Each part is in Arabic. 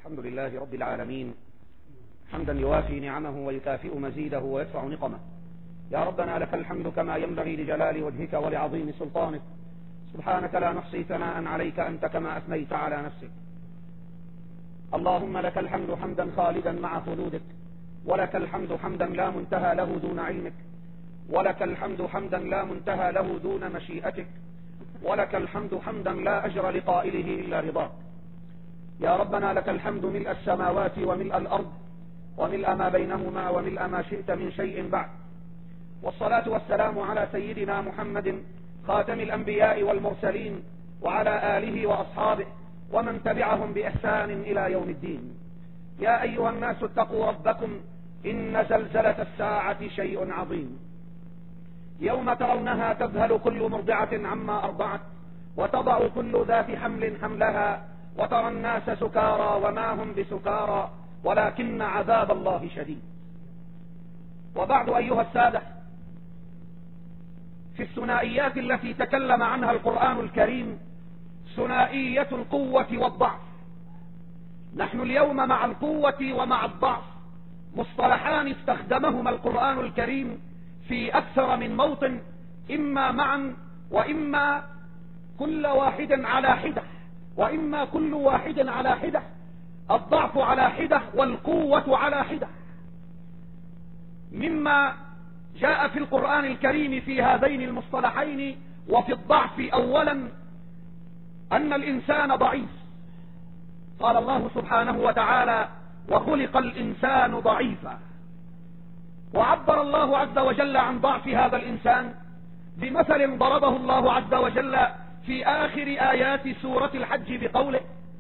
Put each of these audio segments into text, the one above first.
الحمد لله رب العالمين، حمدا يوافي نعمه ويكافئ مزيده ويدفع نقمه. يا ربنا لك الحمد كما ينبغي لجلال وجهك ولعظيم سلطانك. سبحانك لا نحصي ثناء عليك أنت كما أثنيت على نفسك. اللهم لك الحمد حمدا خالدا مع خلودك، ولك الحمد حمدا لا منتهى له دون علمك، ولك الحمد حمدا لا منتهى له دون مشيئتك، ولك الحمد حمدا لا أجر لقائله إلا رضاك. يا ربنا لك الحمد ملء السماوات وملء الأرض وملء ما بينهما وملء ما شئت من شيء بعد. والصلاة والسلام على سيدنا محمد خاتم الأنبياء والمرسلين وعلى آله وأصحابه ومن تبعهم بإحسان إلى يوم الدين. يا أيها الناس اتقوا ربكم إن زلزلة الساعة شيء عظيم، يوم ترونها تذهل كل مرضعة عما أرضعت وتضع كل ذات حمل حملها وترى الناس سكارى وما هم بسكارى ولكن عذاب الله شديد. وبعد أيها السادة، في الثنائيات التي تكلم عنها القرآن الكريم ثنائية القوة والضعف. نحن اليوم مع القوة ومع الضعف مصطلحان استخدمهما القرآن الكريم في أكثر من موطن، إما معا وإما كل واحد على حدة، وإما كل واحد على حدة. الضعف على حدة والقوة على حدة. مما جاء في القرآن الكريم في هذين المصطلحين وفي الضعف أولا أن الإنسان ضعيف. قال الله سبحانه وتعالى: وخلق الإنسان ضعيفا. وعبر الله عز وجل عن ضعف هذا الإنسان بمثل ضربه الله عز وجل في آخر آيات سورة الحج بقوله: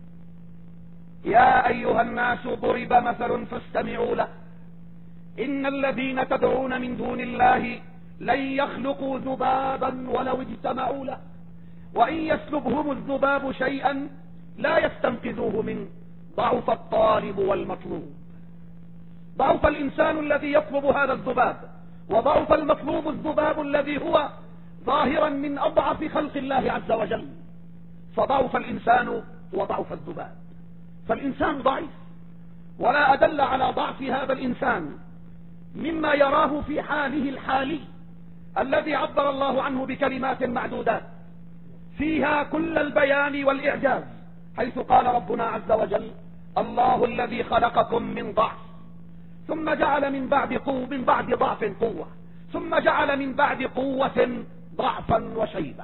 يا أيها الناس ضرب مثل فاستمعوا له إن الذين تدعون من دون الله لن يخلقوا ذبابا ولو اجتمعوا له وإن يسلبهم الذباب شيئا لا يستنقذوه منه ضعف الطالب والمطلوب. ضعف الإنسان الذي يطلب هذا الذباب، وضعف المطلوب الذباب الذي هو ظاهرا من أضعف خلق الله عز وجل. فضعف الإنسان وضعف الذباب، فالإنسان ضعيف. ولا أدل على ضعف هذا الإنسان مما يراه في حاله الحالي الذي عبر الله عنه بكلمات معدودات فيها كل البيان والإعجاز، حيث قال ربنا عز وجل: الله الذي خلقكم من ضعف ثم جعل من بعد ضعف قوة ثم جعل من بعد قوة ضعفا وشيبة.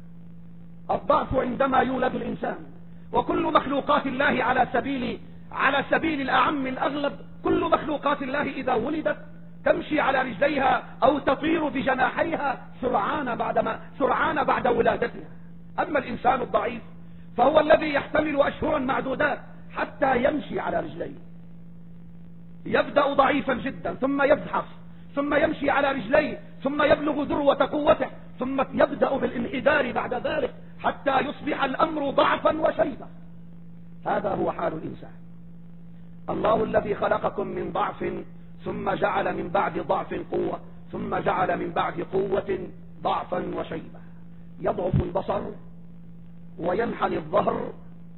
الضعف عندما يولد الإنسان، وكل مخلوقات الله على سبيل الأعم الأغلب، كل مخلوقات الله إذا ولدت تمشي على رجليها أو تطير بجناحيها سرعان بعد ولادتها. أما الإنسان الضعيف فهو الذي يحتمل أشهرا معدودات حتى يمشي على رجليه. يبدأ ضعيفا جدا ثم يزحف ثم يمشي على رجليه ثم يبلغ ذروة قوته ثم يبدأ بالانحدار بعد ذلك حتى يصبح الأمر ضعفا وشيبة. هذا هو حال الإنسان. الله الذي خلقكم من ضعف ثم جعل من بعد ضعف قوة ثم جعل من بعد قوة ضعفا وشيبة. يضعف البصر وينحني الظهر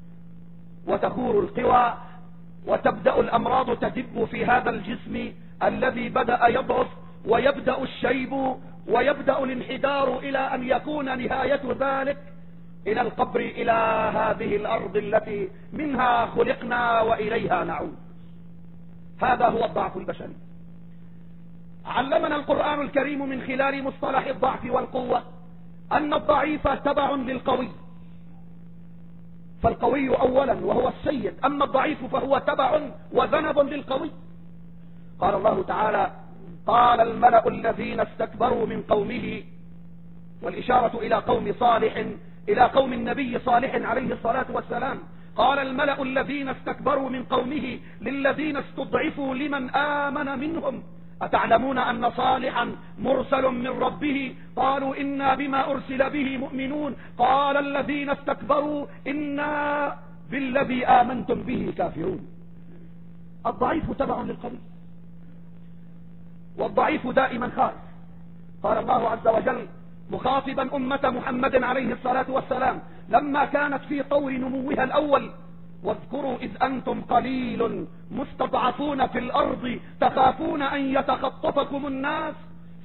وتخور القوى وتبدأ الأمراض تدب في هذا الجسم الذي بدأ يضعف، ويبدأ الشيب ويبدأ الانحدار إلى أن يكون نهاية ذلك إلى القبر، إلى هذه الأرض التي منها خلقنا وإليها نعود. هذا هو الضعف البشري. علمنا القرآن الكريم من خلال مصطلح الضعف والقوة أن الضعيف تبع للقوي، فالقوي أولا وهو السيد، أما الضعيف فهو تبع وذنب للقوي. قال الله تعالى: قال الملأ الذين استكبروا من قومه، والإشارة إلى قوم صالح، إلى قوم النبي صالح عليه الصلاة والسلام. قال الملأ الذين استكبروا من قومه للذين استضعفوا لمن آمن منهم أتعلمون أن صالحا مرسل من ربه قالوا إنا بما أرسل به مؤمنون قال الذين استكبروا إنا بالذي آمنتم به كافرون. الضعيف تبع للقوي، والضعيف دائما خائف. قال الله عز وجل مخاطبا أمة محمد عليه الصلاة والسلام لما كانت في طور نموها الأول واذكروا إذ أنتم قليل مستضعفون في الأرض تخافون أن يتخطفكم الناس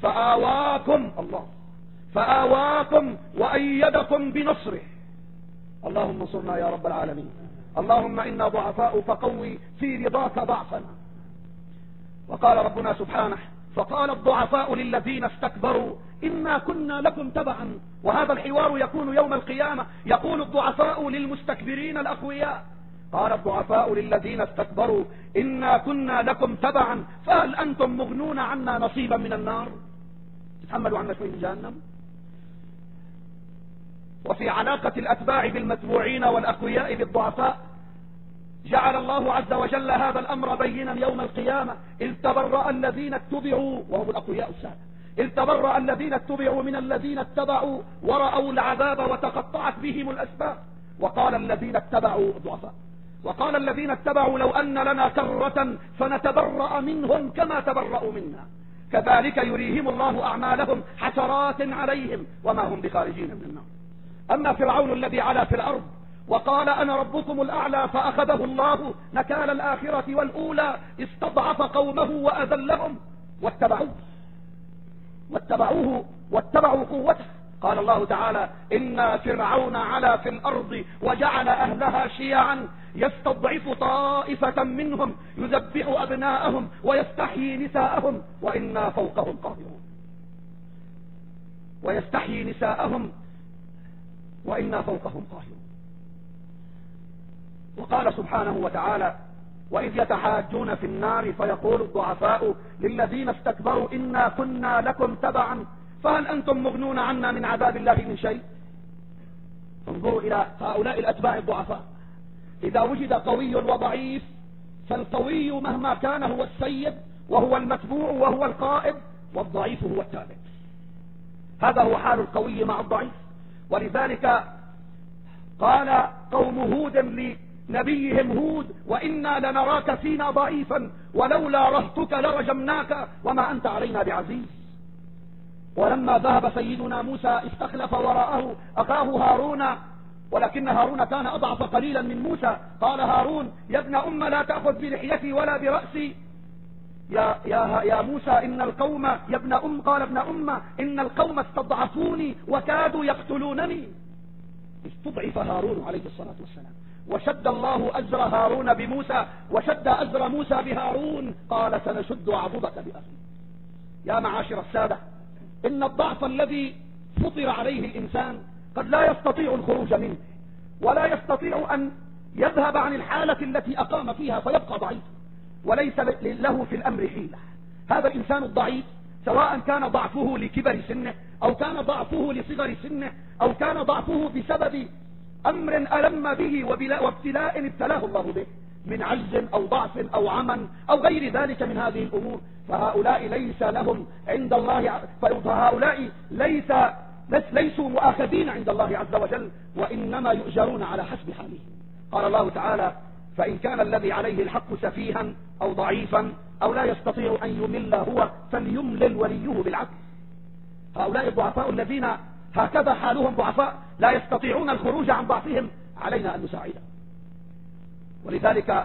فآواكم وأيدكم بنصره. اللهم انصرنا يا رب العالمين. اللهم إنا ضعفاء فقوي في رضاك ضعفنا. وقال ربنا سبحانه فقال الضعفاء للذين استكبروا إنا كنا لكم تبعا. وهذا الحوار يكون يوم القيامة. يقول الضعفاء للمستكبرين الأقوياء قال الضعفاء للذين استكبروا إنا كنا لكم تبعا فهل أنتم مغنون عنا نصيبا من النار؟ تحملوا عنا شوي من جهنم. وفي علاقة الأتباع بالمتبوعين والأقوياء بالضعفاء جعل الله عز وجل هذا الأمر بينا يوم القيامة. إذ تبرأ الذين اتبعوا وهم الأقوياء السادة إذ تبرأ الذين اتبعوا من الذين اتبعوا ورأوا العذاب وتقطعت بهم الأسباب. وقال الذين اتبعوا الضعفاء وقال الذين اتبعوا لو أن لنا كرة فنتبرأ منهم كما تبرأوا منا كذلك يريهم الله أعمالهم حسرات عليهم وما هم بخارجين من النار. أما فرعون الذي علا في الأرض وقال أنا ربكم الأعلى فأخذه الله نكال الآخرة والأولى استضعف قومه وأذلهم واتبعوا قوته. قال الله تعالى إن فرعون علا في الأرض وجعل أهلها شيعا يستضعف طائفة منهم يذبح أبناءهم ويستحيي نساءهم وإنا فوقهم قاهرون وقال سبحانه وتعالى وإذ يتحاجون في النار فيقول الضعفاء للذين استكبروا إنا كنا لكم تبعا فهل أنتم مغنون عنا من عذاب الله من شيء؟ انظروا إلى هؤلاء الأتباع الضعفاء. إذا وجد قوي وضعيف فالقوي مهما كان هو السيد وهو المتبوع وهو القائد والضعيف هو التابع. هذا هو حال القوي مع الضعيف. ولذلك قال قوم هود لنبيهم هود وإنا لنراك فينا ضعيفا ولولا رهتك لرجمناك وما أنت علينا بعزيز. ولما ذهب سيدنا موسى استخلف وراءه أخاه هارون ولكن هارون كان أضعف قليلا من موسى. قال هارون يا ابن أم لا تأخذ بلحيتي ولا برأسي يا موسى إن القوم يا ابن أم قال ابن أم إن القوم استضعفوني وكادوا يقتلونني. استضعف هارون عليه الصلاة والسلام وشد الله أزر هارون بموسى وشد أزر موسى بهارون. قال سنشد عضدك بأخي. يا معاشر السادة إن الضعف الذي فطر عليه الإنسان قد لا يستطيع الخروج منه ولا يستطيع أن يذهب عن الحالة التي أقام فيها فيبقى ضعيف وليس له في الأمر حيلة. هذا الإنسان الضعيف سواء كان ضعفه لكبر سنه أو كان ضعفه لصغر سنه أو كان ضعفه بسبب أمر ألم به وابتلاء ابتلاه الله به من عجز أو ضعف أو عمى أو غير ذلك من هذه الأمور فهؤلاء ليس لهم عند الله فهؤلاء ليسوا مؤاخذين عند الله عز وجل وإنما يؤجرون على حسب حالهم. قال الله تعالى فإن كان الذي عليه الحق سفيها أو ضعيفا أو لا يستطيع أن يمل هو فليملل وليه بالعدل. هؤلاء الضعفاء الذين هكذا حالهم ضعفاء لا يستطيعون الخروج عن ضعفهم علينا أن نساعدهم. ولذلك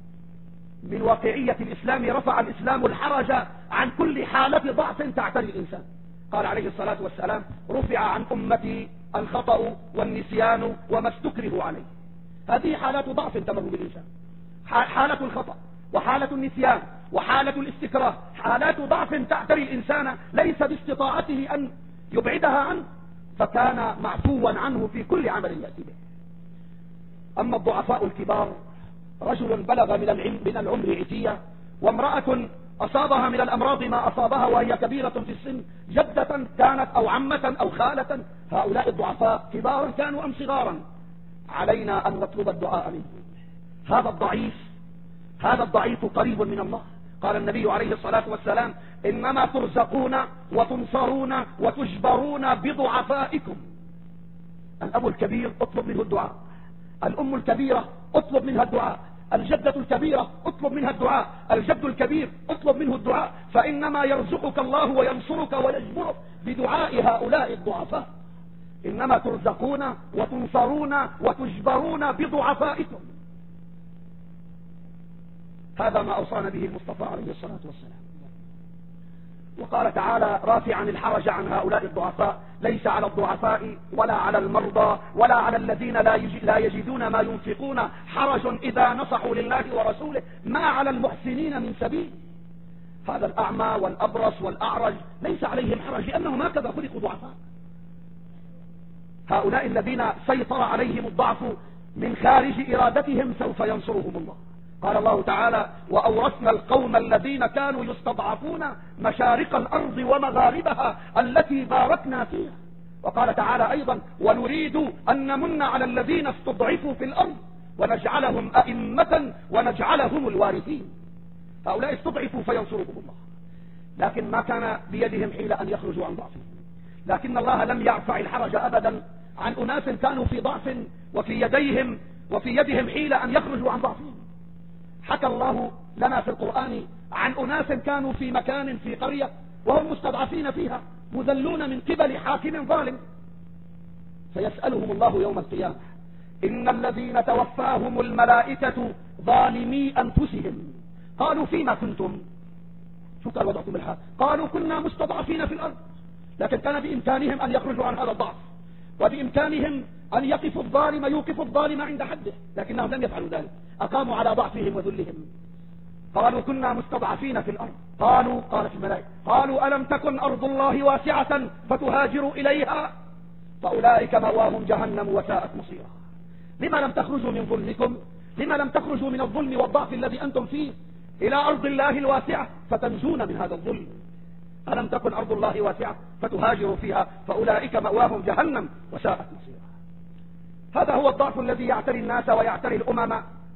من واقعية الإسلام رفع الإسلام الحرج عن كل حالة ضعف تعتري الإنسان. قال عليه الصلاة والسلام رفع عن أمتي الخطأ والنسيان وما استكرهوا عليه. هذه حالات ضعف تمر بالإنسان. حالة الخطأ وحالة النسيان وحالة الاستكراه حالات ضعف تعتري الإنسان ليس باستطاعته أن يبعدها عنه فكان معفوا عنه في كل عمل يأتي به. أما الضعفاء الكبار رجل بلغ من العمر عتية وامرأة أصابها من الأمراض ما أصابها وهي كبيرة في السن جدة كانت أو عمة أو خالة. هؤلاء الضعفاء كبارا كانوا أم صغارا علينا أن نطلب الدعاء منه. هذا الضعيف قريب من الله. قال النبي عليه الصلاة والسلام إنما ترزقون وتنصرون وتجبرون بضعفائكم. الأب الكبير اطلب منه الدعاء، الأم الكبيرة اطلب منها الدعاء، الجدة الكبيرة اطلب منها الدعاء، الجد الكبير اطلب منه الدعاء فإنما يرزقك الله وينصرك ويجبرك بدعاء هؤلاء الضعفاء. إنما ترزقون وتنصرون وتجبرون بضعفائكم. هذا ما أوصانا به المصطفى عليه الصلاة والسلام. وقال تعالى رافعا الحرج عن هؤلاء الضعفاء: ليس على الضعفاء ولا على المرضى ولا على الذين لا يجدون ما ينفقون حرج إذا نصحوا لله ورسوله ما على المحسنين من سبيل. هذا الأعمى والأبرص والأعرج ليس عليهم حرج لأنهم هكذا خلقوا ضعفاء. هؤلاء الذين سيطر عليهم الضعف من خارج إرادتهم سوف ينصرهم الله. قال الله تعالى: وأورثنا القوم الذين كانوا يستضعفون مشارق الأرض ومغاربها التي باركنا فيها. وقال تعالى أيضا: ونريد أن نمن على الذين استضعفوا في الأرض ونجعلهم أئمة ونجعلهم الوارثين. هؤلاء استضعفوا فينصرهم الله، لكن ما كان بيدهم حيلة أن يخرجوا عن ضعفهم. لكن الله لم يرفع الحرج أبدا عن أناس كانوا في ضعف وفي يدهم حيلة أن يخرجوا عن ضعفهم. حكى الله لنا في القرآن عن أناس كانوا في مكان في قرية وهم مستضعفين فيها مذلون من قبل حاكم ظالم، فيسألهم الله يوم القيامة: إن الذين توفاهم الملائكة ظالمي أنفسهم قالوا فيما كنتم؟ شو قال وضعكم الحال؟ قالوا كنا مستضعفين في الأرض، لكن كان بإمكانهم أن يخرجوا عن هذا الضعف، وبإمكانهم أن يوقفوا الظالم عند حده، لكنهم لم يفعلوا ذلك، أقاموا على ضعفهم وذلهم. قالوا كنا مستضعفين في الأرض. قالت الملائكة: قالوا ألم تكن أرض الله واسعة فتهاجروا إليها فأولئك مأواهم جهنم وساءت مصيرا. لما لم تخرجوا من ظلمكم؟ لما لم تخرجوا من الظلم والضعف الذي أنتم فيه إلى أرض الله الواسعة فتنجون من هذا الظلم؟ ألم تكن أرض الله واسعة فتهاجروا فيها فأولئك مأواهم جهنم وساءت مصيرا. هذا هو الضعف الذي يعتري الناس ويعتري الأمم.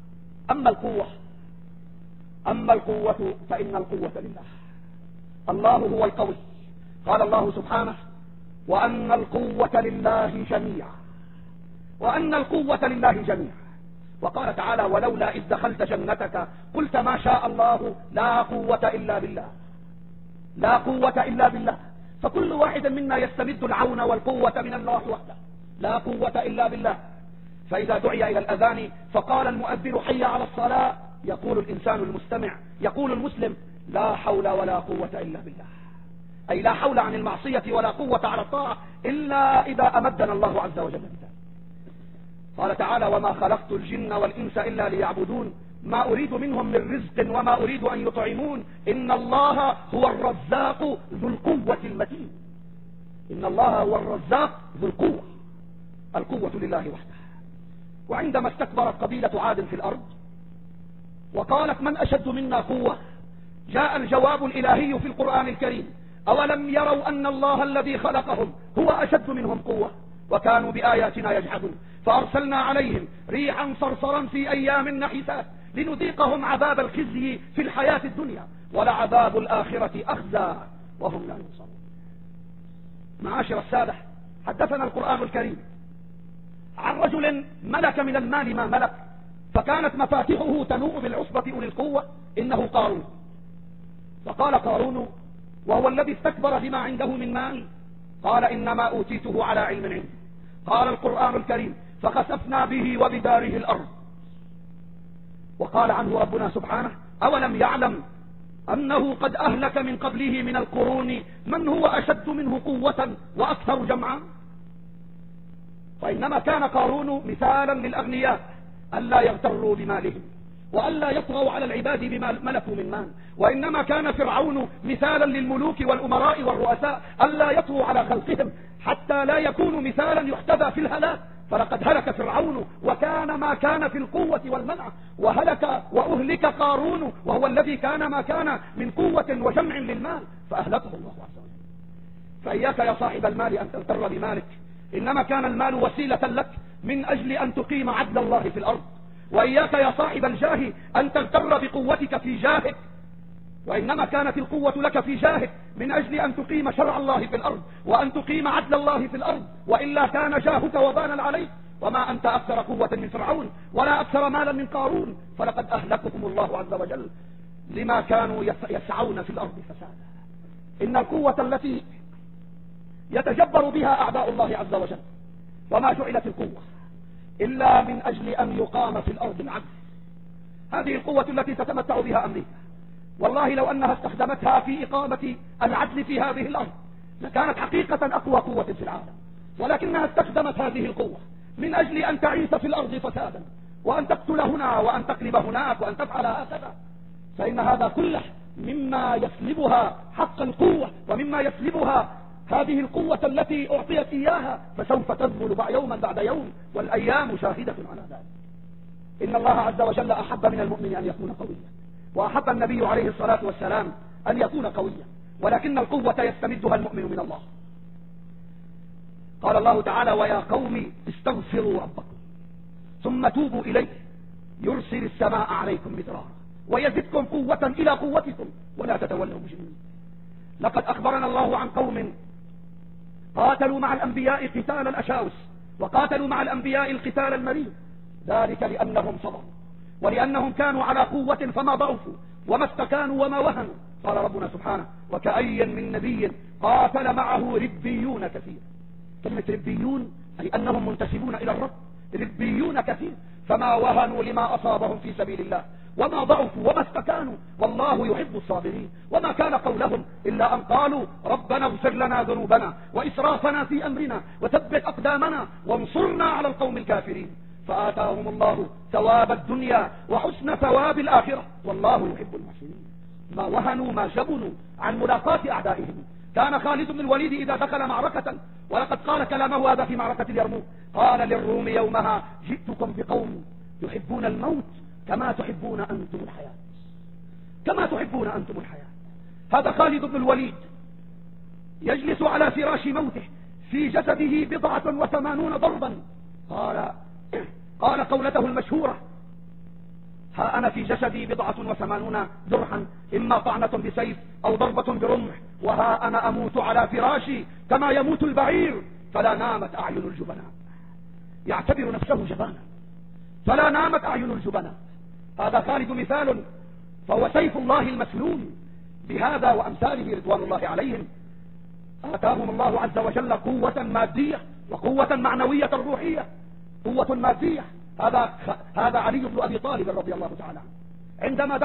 أما القوة فإن القوة لله. الله هو القوي. قال الله سبحانه: وأن القوة لله جميعا. وأن القوة لله جميعا. وقال تعالى: ولولا إذ دخلت جنتك قلت ما شاء الله لا قوة إلا بالله. لا قوة إلا بالله. فكل واحد منا يستمد العون والقوة من الله وحده. لا قوة إلا بالله. فإذا دعي إلى الأذان فقال المؤذن حي على الصلاة، يقول الإنسان المستمع، يقول المسلم: لا حول ولا قوة إلا بالله. أي لا حول عن المعصية ولا قوة على الطاعة إلا إذا أمدنا الله عز وجل بذلك. قال تعالى: وما خلقت الجن والإنس إلا ليعبدون ما أريد منهم من رزق وما أريد أن يطعمون إن الله هو الرزاق ذو القوة المتين. إن الله هو الرزاق ذو القوة. القوة لله وحده. وعندما استكبرت قبيلة عاد في الأرض وقالت من أشد منا قوة، جاء الجواب الإلهي في القرآن الكريم: أولم يروا أن الله الذي خلقهم هو أشد منهم قوة وكانوا بآياتنا يجحدون فأرسلنا عليهم ريحا صرصرا في أيام نحسات لنذيقهم عذاب الخزي في الحياة الدنيا ولعذاب الآخرة أخزى وهم لا ينصرون. معاشر السادة، حدثنا القرآن الكريم عن رجل ملك من المال ما ملك، فكانت مفاتيحه تنوء بالعصبة أولي القوة، إنه قارون. فقال قارون وهو الذي استكبر بما عنده من مال، قال إنما أوتيته على علم عندي. قال القرآن الكريم: فخسفنا به وبداره الأرض. وقال عنه ربنا سبحانه: أولم يعلم أنه قد أهلك من قبله من القرون من هو أشد منه قوة وأكثر جمعا. فإنما كان قارون مثالا للأغنياء ألا يغتروا بمالهم وألا يطغوا على العباد بما ملكوا من مال. وإنما كان فرعون مثالا للملوك والأمراء والرؤساء ألا يطغوا على خلقهم حتى لا يكونوا مثالا يحتذى في الهلاك. فلقد هلك فرعون وكان ما كان في القوة والمنع، وهلك وأهلك قارون وهو الذي كان ما كان من قوة وجمع للمال فأهلكه الله عز وجل. فإياك يا صاحب المال أن تغتر بمالك، إنما كان المال وسيلة لك من أجل أن تقيم عدل الله في الأرض. وإياك يا صاحب الجاه أن تغتر بقوتك في جاهك، وإنما كانت القوة لك في جاهك من أجل أن تقيم شرع الله في الأرض وأن تقيم عدل الله في الأرض، وإلا كان جاهك وبانا عليك. وما أنت أكثر قوة من فرعون ولا أكثر مالا من قارون، فلقد أهلكهم الله عز وجل لما كانوا يسعون في الأرض فسادا. إن القوة التي يتجبر بها أعداء الله عز وجل، وما جعلت القوة إلا من أجل أن يقام في الأرض العدل. هذه القوة التي تتمتع بها أمريكا، والله لو أنها استخدمتها في إقامة العدل في هذه الأرض لكانت حقيقة أقوى قوة في العالم، ولكنها استخدمت هذه القوة من أجل أن تعيث في الأرض فسادا، وأن تقتل هنا وأن تقلب هناك وأن تفعل هكذا. فإن هذا كله مما يسلبها حق القوة، ومما يسلبها هذه القوة التي أعطيت إياها، فسوف تذبل يوما بعد يوم، والأيام شاهدة على ذلك. إن الله عز وجل أحب من المؤمن أن يكون قويا، وأحب النبي عليه الصلاة والسلام أن يكون قويا، ولكن القوة يستمدها المؤمن من الله. قال الله تعالى: ويا قوم استغفروا ربكم ثم توبوا إليه يرسل السماء عليكم مدرارا ويزدكم قوة إلى قوتكم ولا تتولوا مجرمين. لقد أخبرنا الله عن قوم قاتلوا مع الأنبياء قتال الأشاوس، وقاتلوا مع الأنبياء القتال المريض، ذلك لأنهم صبروا ولأنهم كانوا على قوة فما ضعفوا وما استكانوا وما وهنوا. قال ربنا سبحانه: وكأي من نبي قاتل معه ربيون كثير. كلمة ربيون أي أنهم منتسبون إلى الرب، ربيون كثير، فما وهنوا لما أصابهم في سبيل الله وما ضعفوا وما استكانوا، والله يحب الصابرين. وما كان قولهم إلا أن قالوا: ربنا اغفر لنا ذنوبنا وإسرافنا في أمرنا وثبت أقدامنا وانصرنا على القوم الكافرين. فآتاهم الله ثواب الدنيا وحسن ثواب الآخرة، والله يحب المحسنين. ما وهنوا ما جبنوا عن ملاقاة أعدائهم. كان خالد بن الوليد إذا دخل معركة، ولقد قال كلامه هذا في معركة اليرموك، قال للروم يومها: جئتكم بقوم يحبون الموت كما تحبون أنتم الحياة، كما تحبون أنتم الحياة. هذا خالد بن الوليد يجلس على فراش موته، في جسده 87 ضربا. قال قولته المشهورة: ها أنا في جسدي 87 جرحا، إما طعنة بسيف أو ضربة برمح، وها أنا أموت على فراشي كما يموت البعير، فلا نامت أعين الجبناء. يعتبر نفسه جبانا، فلا نامت أعين الجبناء. هذا خالد مثال، فهو سيف الله المسلول. بهذا وأمثاله رضوان الله عليهم آتاهم الله عز وجل قوة مادية وقوة معنوية روحية. قوة مادية، هذا علي بن أبي طالب رضي الله تعالى عنه، عندما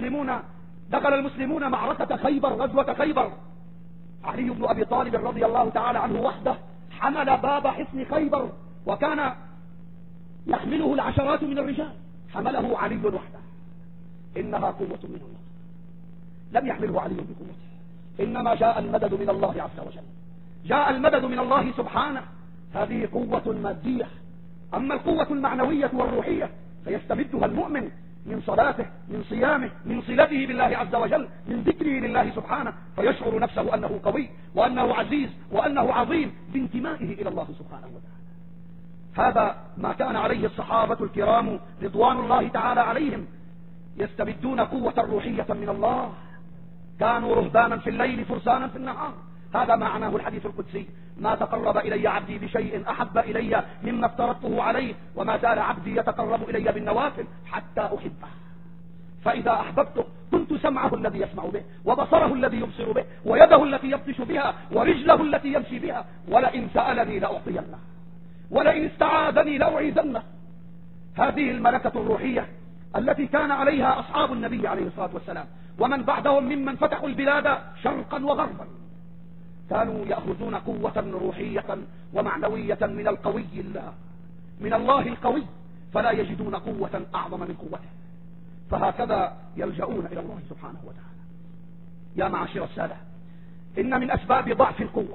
دخل المسلمون معركة خيبر، غزوة خيبر، علي بن أبي طالب رضي الله تعالى عنه وحده حمل باب حصن خيبر، وكان يحمله العشرات من الرجال، حمله علي وحده. إنها قوة من الله، لم يحمله علي بقوته، إنما جاء المدد من الله عز وجل، جاء المدد من الله سبحانه. هذه قوة مادية. أما القوة المعنوية والروحية فيستمدها المؤمن من صلاته، من صيامه، من صلته بالله عز وجل، من ذكره لله سبحانه، فيشعر نفسه أنه قوي وأنه عزيز وأنه عظيم بانتمائه إلى الله سبحانه وتعالى. هذا ما كان عليه الصحابة الكرام رضوان الله تعالى عليهم، يستمدون قوة روحية من الله. كانوا رهبانا في الليل فرسانا في النهار. هذا معناه الحديث القدسي: ما تقرب إلي عبدي بشيء أحب إلي مما افترضته عليه، وما زال عبدي يتقرب إلي بالنوافل حتى أحبه. فإذا أحببته كنت سمعه الذي يسمع به، وبصره الذي يبصر به، ويده التي يبطش بها، ورجله التي يمشي بها، ولئن سألني لأعطينه، ولئن استعاذني لأعيذنه. هذه الملكة الروحية التي كان عليها أصحاب النبي عليه الصلاة والسلام ومن بعدهم ممن فتحوا البلاد شرقا وغربا، كانوا يأخذون قوة روحية ومعنوية من القوي الله، من الله القوي، فلا يجدون قوة أعظم من قوته، فهكذا يلجؤون إلى الله سبحانه وتعالى. يا معاشر السادة، إن من أسباب ضعف القوة،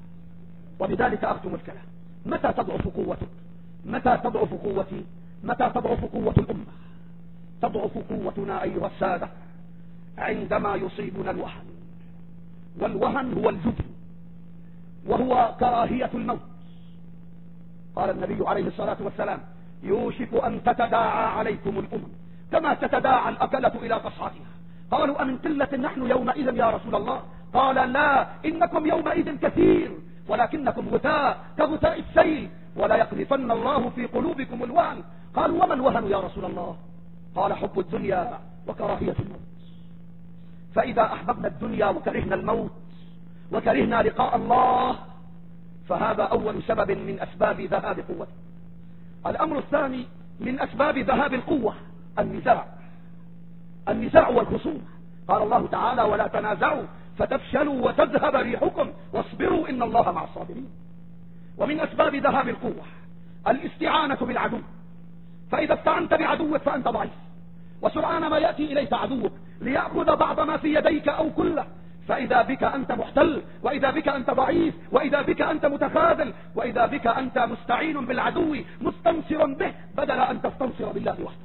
وبذلك أختم الكلام، متى تضعف قوتك؟ متى تضعف قوتي؟ متى تضعف قوة الأمة؟ تضعف قوتنا أيها السادة عندما يصيبنا الوهن، والوهن هو الجبن، وهو كراهية الموت. قال النبي عليه الصلاة والسلام: يوشك أن تتداعى عليكم الأمم كما تتداعى الأكلة إلى قصعتها. قالوا: أمن قلة نحن يومئذ يا رسول الله؟ قال: لا، إنكم يومئذ كثير ولكنكم غثاء كغثاء السيل، ولا يقذفن الله في قلوبكم الوهن. قالوا: وما الوهن يا رسول الله؟ قال: حب الدنيا وكراهية الموت. فإذا أحببنا الدنيا وكرهنا الموت وكرهنا لقاء الله، فهذا أول سبب من أسباب ذهاب قوته. الأمر الثاني من أسباب ذهاب القوة النزاع. النزاع والخصومة. قال الله تعالى ولا تنازعوا فتفشلوا وتذهب ريحكم واصبروا إن الله مع الصابرين. ومن أسباب ذهاب القوة الاستعانة بالعدو، فإذا استعنت بعدوك فأنت ضعيف، وسرعان ما يأتي إليك عدوك ليأخذ بعض ما في يديك أو كله، فإذا بك أنت محتل، وإذا بك أنت ضعيف، وإذا بك أنت متخاذل، وإذا بك أنت مستعين بالعدو مستنصرا به بدل أن تستنصر بالله وحده.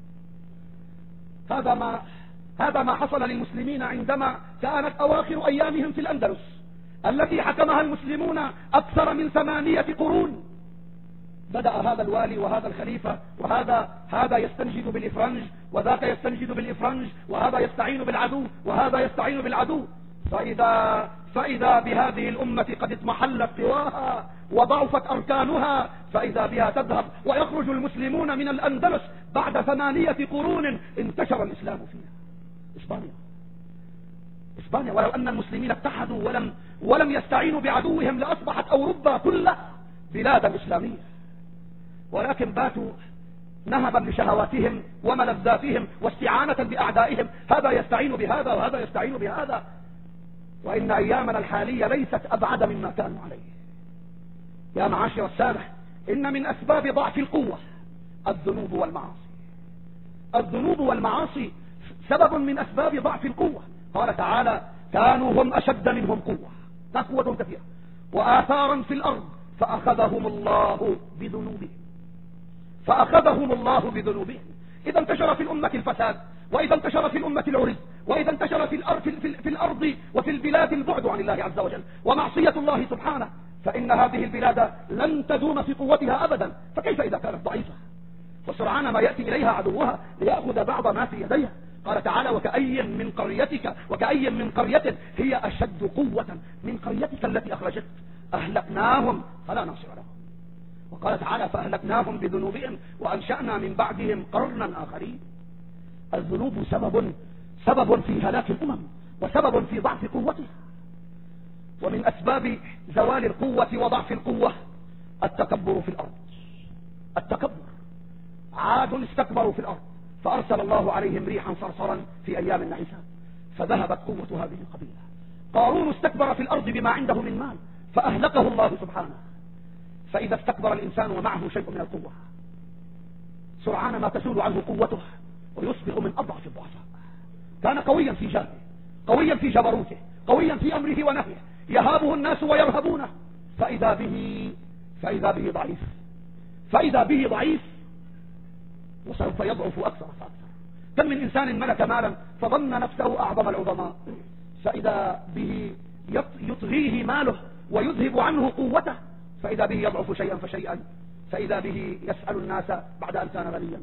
هذا ما حصل للمسلمين عندما كانت أواخر أيامهم في الأندلس التي حكمها المسلمون أكثر من 8 قرون. بدأ هذا الوالي وهذا الخليفة وهذا يستنجد بالإفرنج وذاك يستنجد بالإفرنج، وهذا يستعين بالعدو وهذا يستعين بالعدو، فإذا بهذه الأمة قد اضمحلت قواها وضعفت أركانها، فإذا بها تذهب ويخرج المسلمون من الأندلس بعد 8 قرون انتشر الإسلام فيها. إسبانيا ولو أن المسلمين اتحدوا ولم يستعينوا بعدوهم لأصبحت أوروبا كلها بلادا إسلامية، ولكن باتوا نهبا لشهواتهم وملذاتهم واستعانة بأعدائهم، هذا يستعين بهذا وهذا يستعين بهذا. وإن أيامنا الحالية ليست أبعد مما كانوا عليه. يا معاشر السادة، إن من أسباب ضعف القوة الذنوب والمعاصي. الذنوب والمعاصي سبب من أسباب ضعف القوة. قال تعالى كانوا هم أشد منهم قوة، قوة كثيرة، وآثارا في الأرض فأخذهم الله بذنوبهم. إذا انتشر في الأمة الفساد، وإذا انتشر في الأمة العري، وإذا انتشر في الأرض وفي البلاد البعد عن الله عز وجل ومعصية الله سبحانه، فإن هذه البلاد لن تدوم في قوتها أبدا. فكيف إذا كانت ضعيفة وسرعان ما يأتي إليها عدوها ليأخذ بعض ما في يديها؟ قال تعالى وكأي من قرية هي أشد قوة من قريتك التي أخرجت أهلكناهم فلا ناصر لهم. وقال تعالى فأهلكناهم بذنوبهم وأنشأنا من بعدهم قرنا آخرين. الذنوب سبب في هلاك الأمم وسبب في ضعف قوتها. ومن أسباب زوال القوة وضعف القوة التكبر في الأرض. عاد استكبروا في الأرض فأرسل الله عليهم ريحا صرصرا في أيام نحسات فذهبت قوة هذه القبيلة. قارون استكبر في الأرض بما عنده من مال فأهلكه الله سبحانه. فإذا استكبر الإنسان ومعه شيء من القوة سرعان ما تزول عنه قوته ويصبح من أضعف الضعفاء. كان قويا في جاهه، قويا في جبروته، قويا في أمره ونهيه، يهابه الناس ويرهبونه، فإذا به ضعيف وسوف يضعف أكثر فأكثر. كم من إنسان ملك مالا فظن نفسه أعظم العظماء، فإذا به يطغيه ماله ويذهب عنه قوته، فإذا به يضعف شيئا فشيئا، فإذا به يسأل الناس بعد أن كان غنيا.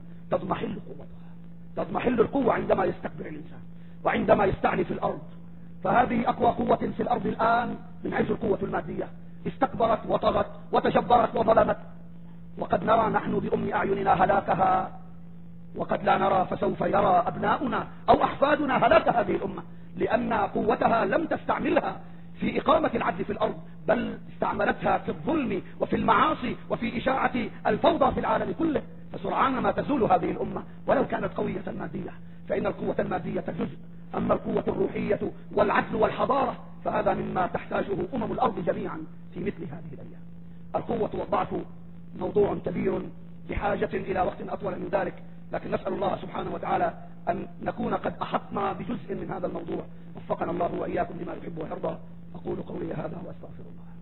تضمحل القوة عندما يستكبر الإنسان وعندما يستعلي في الأرض. فهذه أقوى قوة في الأرض الآن من حيث القوة المادية، استكبرت وطغت وتجبرت وظلمت، وقد نرى نحن بأم أعيننا هلاكها، وقد لا نرى فسوف يرى أبناؤنا أو أحفادنا هلاك هذه الأمة، لأن قوتها لم تستعملها في إقامة العدل في الأرض، بل استعملتها في الظلم وفي المعاصي وفي إشاعة الفوضى في العالم كله. فسرعان ما تزول هذه الأمة ولو كانت قوية مادية، فإن القوة المادية جزء، أما القوة الروحية والعدل والحضارة فهذا مما تحتاجه الأرض جميعا في مثل هذه الأيام. القوة والضعف موضوع كبير بحاجة إلى وقت أطول من ذلك، لكن نسأل الله سبحانه وتعالى أن نكون قد أحطنا بجزء من هذا الموضوع. وفقنا الله وإياكم لما يحب ويرضى. أقول قولي هذا وأستغفر الله.